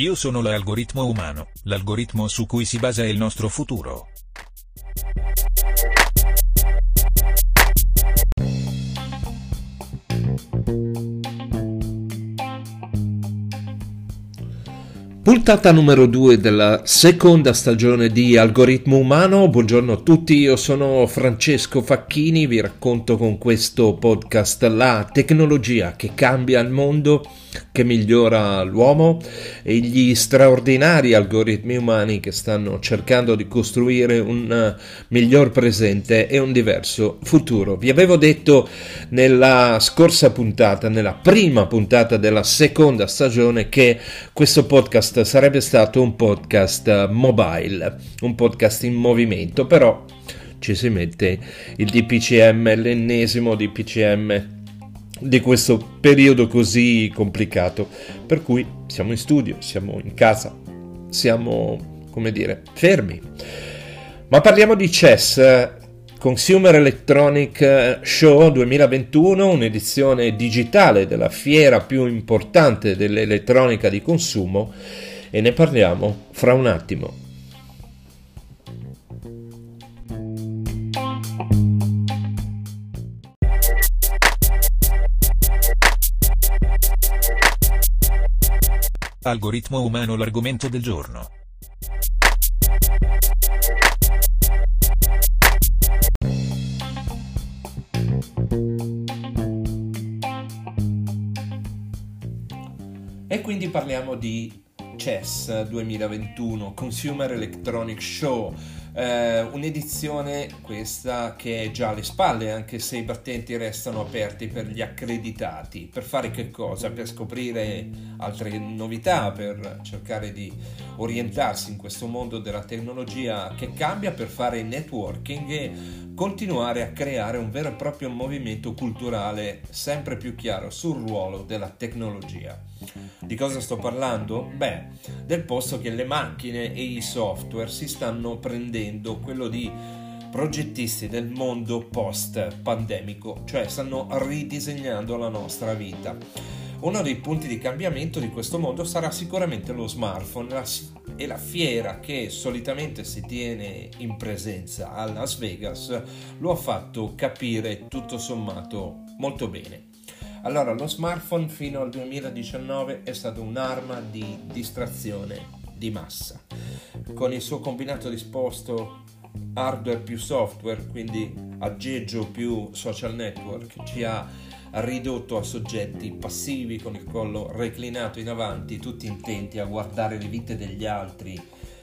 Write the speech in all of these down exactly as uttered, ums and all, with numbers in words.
Io sono l'algoritmo umano, l'algoritmo su cui si basa il nostro futuro. Puntata numero due della seconda stagione di Algoritmo Umano. Buongiorno a tutti, io sono Francesco Facchini, vi racconto con questo podcast la tecnologia che cambia il mondo, che migliora l'uomo e gli straordinari algoritmi umani che stanno cercando di costruire un miglior presente e un diverso futuro. Vi avevo detto nella scorsa puntata, nella prima puntata della seconda stagione, che questo podcast sarebbe stato un podcast mobile, un podcast in movimento, però ci si mette il D P C M, l'ennesimo D P C M di questo periodo così complicato, per cui siamo in studio, siamo in casa, siamo, come dire, fermi. Ma parliamo di C E S, Consumer Electronic Show duemilaventuno, un'edizione digitale della fiera più importante dell'elettronica di consumo, e ne parliamo fra un attimo. Algoritmo umano, l'argomento del giorno. E quindi parliamo di C E S duemilaventuno, Consumer Electronic Show, eh, un'edizione questa che è già alle spalle, anche se i battenti restano aperti per gli accreditati. Per fare che cosa? Per scoprire altre novità, per cercare di orientarsi in questo mondo della tecnologia che cambia, per fare networking e continuare a creare un vero e proprio movimento culturale sempre più chiaro sul ruolo della tecnologia. Di cosa sto parlando? Beh, del posto che le macchine e i software si stanno prendendo quello di progettisti del mondo post-pandemico, cioè stanno ridisegnando la nostra vita. Uno dei punti di cambiamento di questo mondo sarà sicuramente lo smartphone la, e la fiera che solitamente si tiene in presenza a Las Vegas lo ha fatto capire tutto sommato molto bene. Allora, lo smartphone fino al duemiladiciannove è stato un'arma di distrazione di massa. Con il suo combinato disposto hardware più software, quindi aggeggio più social network, ci ha ridotto a soggetti passivi con il collo reclinato in avanti, tutti intenti a guardare le vite degli altri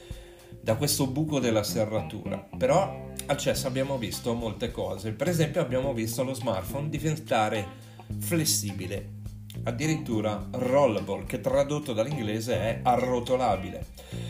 da questo buco della serratura. Però al C E S abbiamo visto molte cose. Per esempio abbiamo visto lo smartphone diventare flessibile, addirittura rollable, che tradotto dall'inglese è arrotolabile.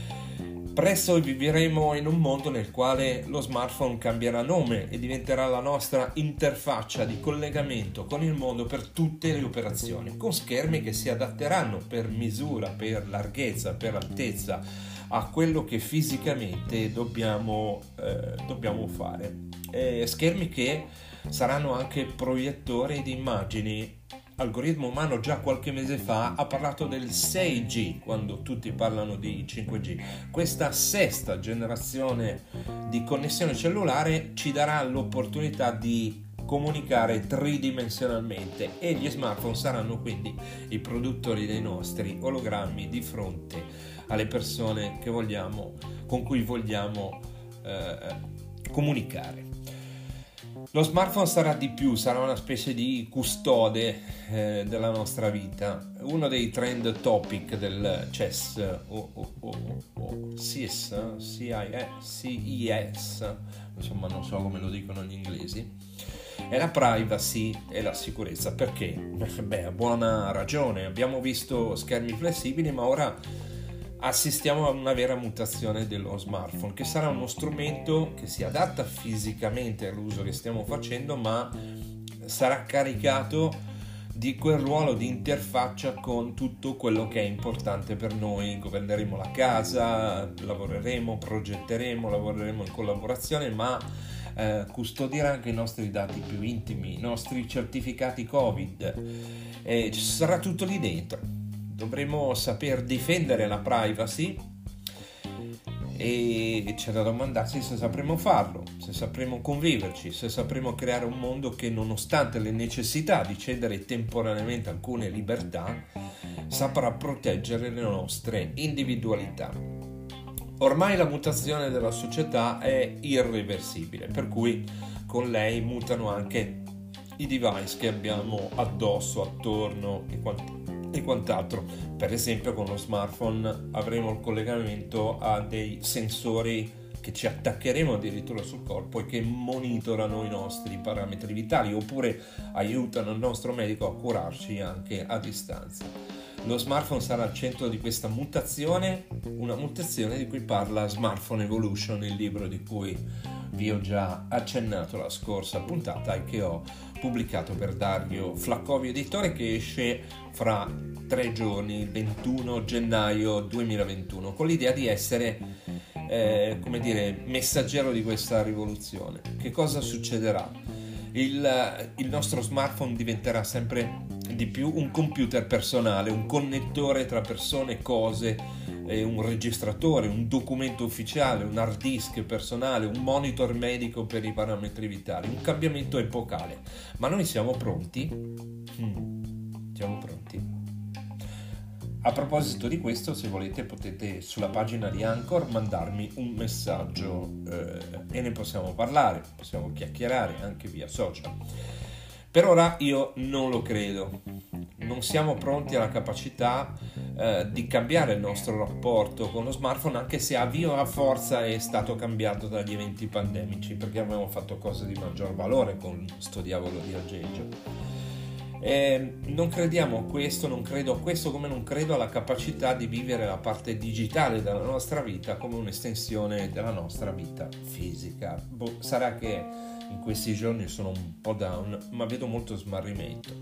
Presto vivremo in un mondo nel quale lo smartphone cambierà nome e diventerà la nostra interfaccia di collegamento con il mondo per tutte le operazioni, con schermi che si adatteranno per misura, per larghezza, per altezza a quello che fisicamente dobbiamo, eh, dobbiamo fare. E schermi che saranno anche proiettori di immagini. Algoritmo Umano già qualche mese fa ha parlato del sei G quando tutti parlano di cinque G. Questa sesta generazione di connessione cellulare ci darà l'opportunità di comunicare tridimensionalmente e gli smartphone saranno quindi i produttori dei nostri ologrammi di fronte alle persone che vogliamo, con cui vogliamo eh, comunicare. Lo smartphone sarà di più, sarà una specie di custode eh, della nostra vita. Uno dei trend topic del C E S o, o, o, o C I S, C I S, insomma non so come lo dicono gli inglesi, è la privacy e la sicurezza. Perché? Beh, a buona ragione, abbiamo visto schermi flessibili, ma ora assistiamo a una vera mutazione dello smartphone, che sarà uno strumento che si adatta fisicamente all'uso che stiamo facendo, ma sarà caricato di quel ruolo di interfaccia con tutto quello che è importante per noi. Governeremo la casa, lavoreremo, progetteremo, lavoreremo in collaborazione, ma eh, custodirà anche i nostri dati più intimi, i nostri certificati Covid, e ci sarà tutto lì dentro. dovremo saper difendere la privacy e c'è da domandarsi se sapremo farlo, se sapremo conviverci, se sapremo creare un mondo che, nonostante le necessità di cedere temporaneamente alcune libertà, saprà proteggere le nostre individualità. Ormai la mutazione della società è irreversibile, per cui con lei mutano anche i device che abbiamo addosso, attorno e quant'altro. e quant'altro. Per esempio, con lo smartphone avremo il collegamento a dei sensori che ci attaccheremo addirittura sul corpo e che monitorano i nostri parametri vitali, oppure aiutano il nostro medico a curarci anche a distanza. Lo smartphone sarà al centro di questa mutazione, una mutazione di cui parla Smartphone Evolution, il libro di cui vi ho già accennato la scorsa puntata e che ho pubblicato per Dario Flaccovi Editore, che esce fra tre giorni, il ventuno gennaio duemilaventuno, con l'idea di essere eh, come dire, messaggero di questa rivoluzione. Che cosa succederà? Il, il nostro smartphone diventerà sempre di più un computer personale, un connettore tra persone e cose, eh, un registratore, un documento ufficiale, un hard disk personale, un monitor medico per i parametri vitali, un cambiamento epocale. Ma noi siamo pronti? Hmm, siamo pronti. A proposito di questo, se volete potete sulla pagina di Anchor mandarmi un messaggio eh, e ne possiamo parlare, possiamo chiacchierare anche via social. Per ora io non lo credo, non siamo pronti alla capacità eh, di cambiare il nostro rapporto con lo smartphone, anche se a viva forza è stato cambiato dagli eventi pandemici, perché abbiamo fatto cose di maggior valore con sto diavolo di aggeggio. Eh, non crediamo a questo, non credo a questo, come non credo alla capacità di vivere la parte digitale della nostra vita come un'estensione della nostra vita fisica. Boh, sarà che in questi giorni sono un po' down, ma vedo molto smarrimento.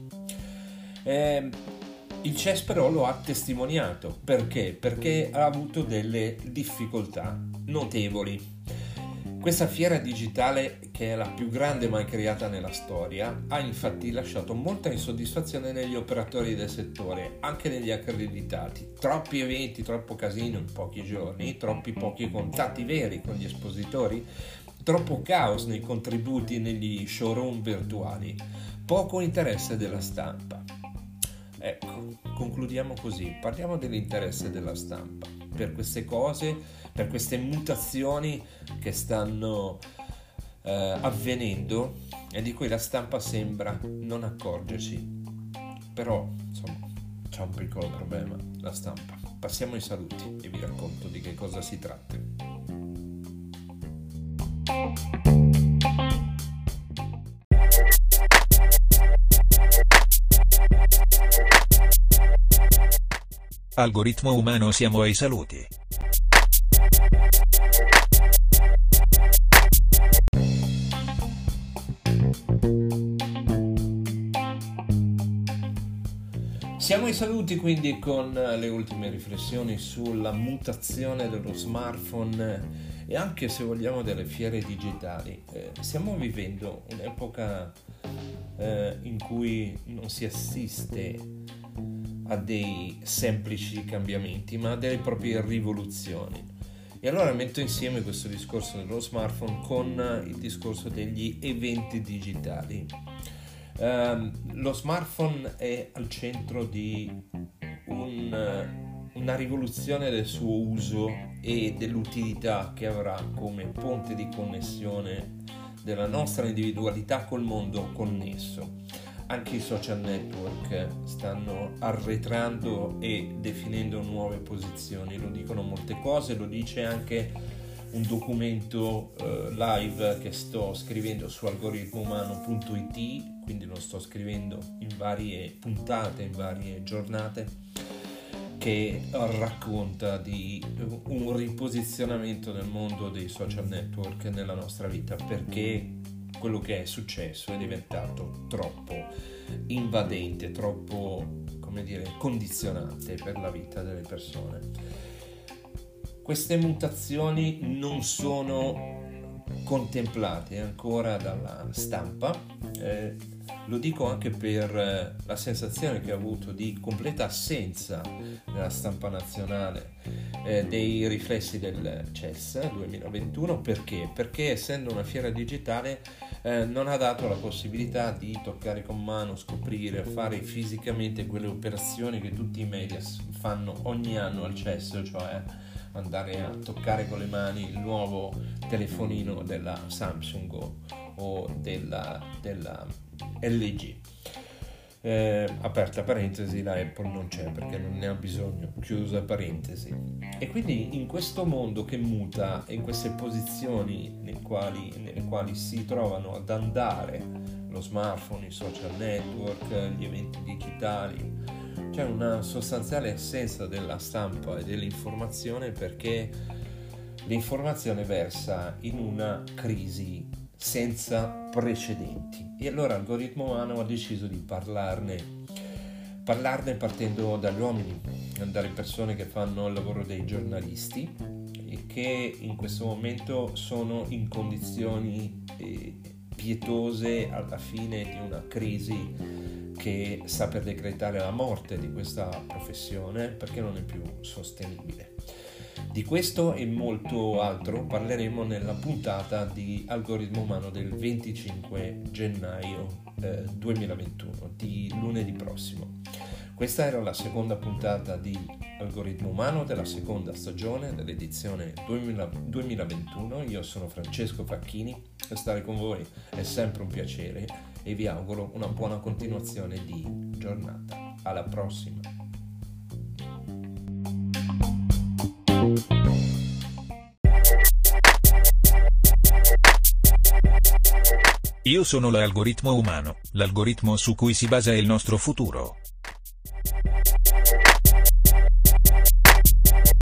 Eh, il C E S però lo ha testimoniato. Perché? Perché ha avuto delle difficoltà notevoli. Questa fiera digitale, che è la più grande mai creata nella storia, ha infatti lasciato molta insoddisfazione negli operatori del settore, anche negli accreditati. Troppi eventi, troppo casino in pochi giorni, troppi pochi contatti veri con gli espositori, troppo caos nei contributi e negli showroom virtuali, poco interesse della stampa. Ecco, concludiamo così, parliamo dell'interesse della stampa per queste cose, per queste mutazioni che stanno eh, avvenendo e di cui la stampa sembra non accorgersi. Però, insomma, c'è un piccolo problema, la stampa. Passiamo ai saluti e vi racconto di che cosa si tratta. Algoritmo umano, siamo ai saluti. Siamo ai saluti quindi con le ultime riflessioni sulla mutazione dello smartphone e anche, se vogliamo, delle fiere digitali. Eh, stiamo vivendo un'epoca eh, in cui non si assiste a dei semplici cambiamenti, ma a delle proprie rivoluzioni. E allora metto insieme questo discorso dello smartphone con il discorso degli eventi digitali. Uh, lo smartphone è al centro di un, una rivoluzione del suo uso e dell'utilità che avrà come ponte di connessione della nostra individualità col mondo connesso. Anche i social network stanno arretrando e definendo nuove posizioni, lo dicono molte cose, lo dice anche un documento uh, live che sto scrivendo su algoritmo umano punto it, quindi lo sto scrivendo in varie puntate, in varie giornate, che racconta di un riposizionamento del mondo dei social network nella nostra vita, perché quello che è successo è diventato troppo invadente, troppo, come dire, condizionante per la vita delle persone. Queste mutazioni non sono contemplate ancora dalla stampa, eh, Lo dico anche per la sensazione che ho avuto di completa assenza nella stampa nazionale eh, dei riflessi del C E S duemilaventuno. Perché? Perché essendo una fiera digitale eh, non ha dato la possibilità di toccare con mano, scoprire, fare fisicamente quelle operazioni che tutti i media fanno ogni anno al C E S, cioè andare a toccare con le mani il nuovo telefonino della Samsung o, o della, della L G. Eh, aperta parentesi, la Apple non c'è perché non ne ha bisogno, chiusa parentesi. E quindi in questo mondo che muta, in queste posizioni nel quali, nelle quali si trovano ad andare lo smartphone, i social network, gli eventi digitali, c'è una sostanziale assenza della stampa e dell'informazione, perché l'informazione versa in una crisi senza precedenti. E allora Algoritmo Umano ha deciso di parlarne, parlarne partendo dagli uomini, dalle persone che fanno il lavoro dei giornalisti e che in questo momento sono in condizioni eh, pietose alla fine di una crisi che sta per decretare la morte di questa professione perché non è più sostenibile. Di questo e molto altro parleremo nella puntata di Algoritmo Umano del venticinque gennaio eh, duemilaventuno, di lunedì prossimo. Questa era la seconda puntata di Algoritmo Umano della seconda stagione dell'edizione duemilaventuno. Io sono Francesco Facchini e stare con voi è sempre un piacere e vi auguro una buona continuazione di giornata. Alla prossima! Io sono l'Algoritmo Umano, l'algoritmo su cui si basa il nostro futuro.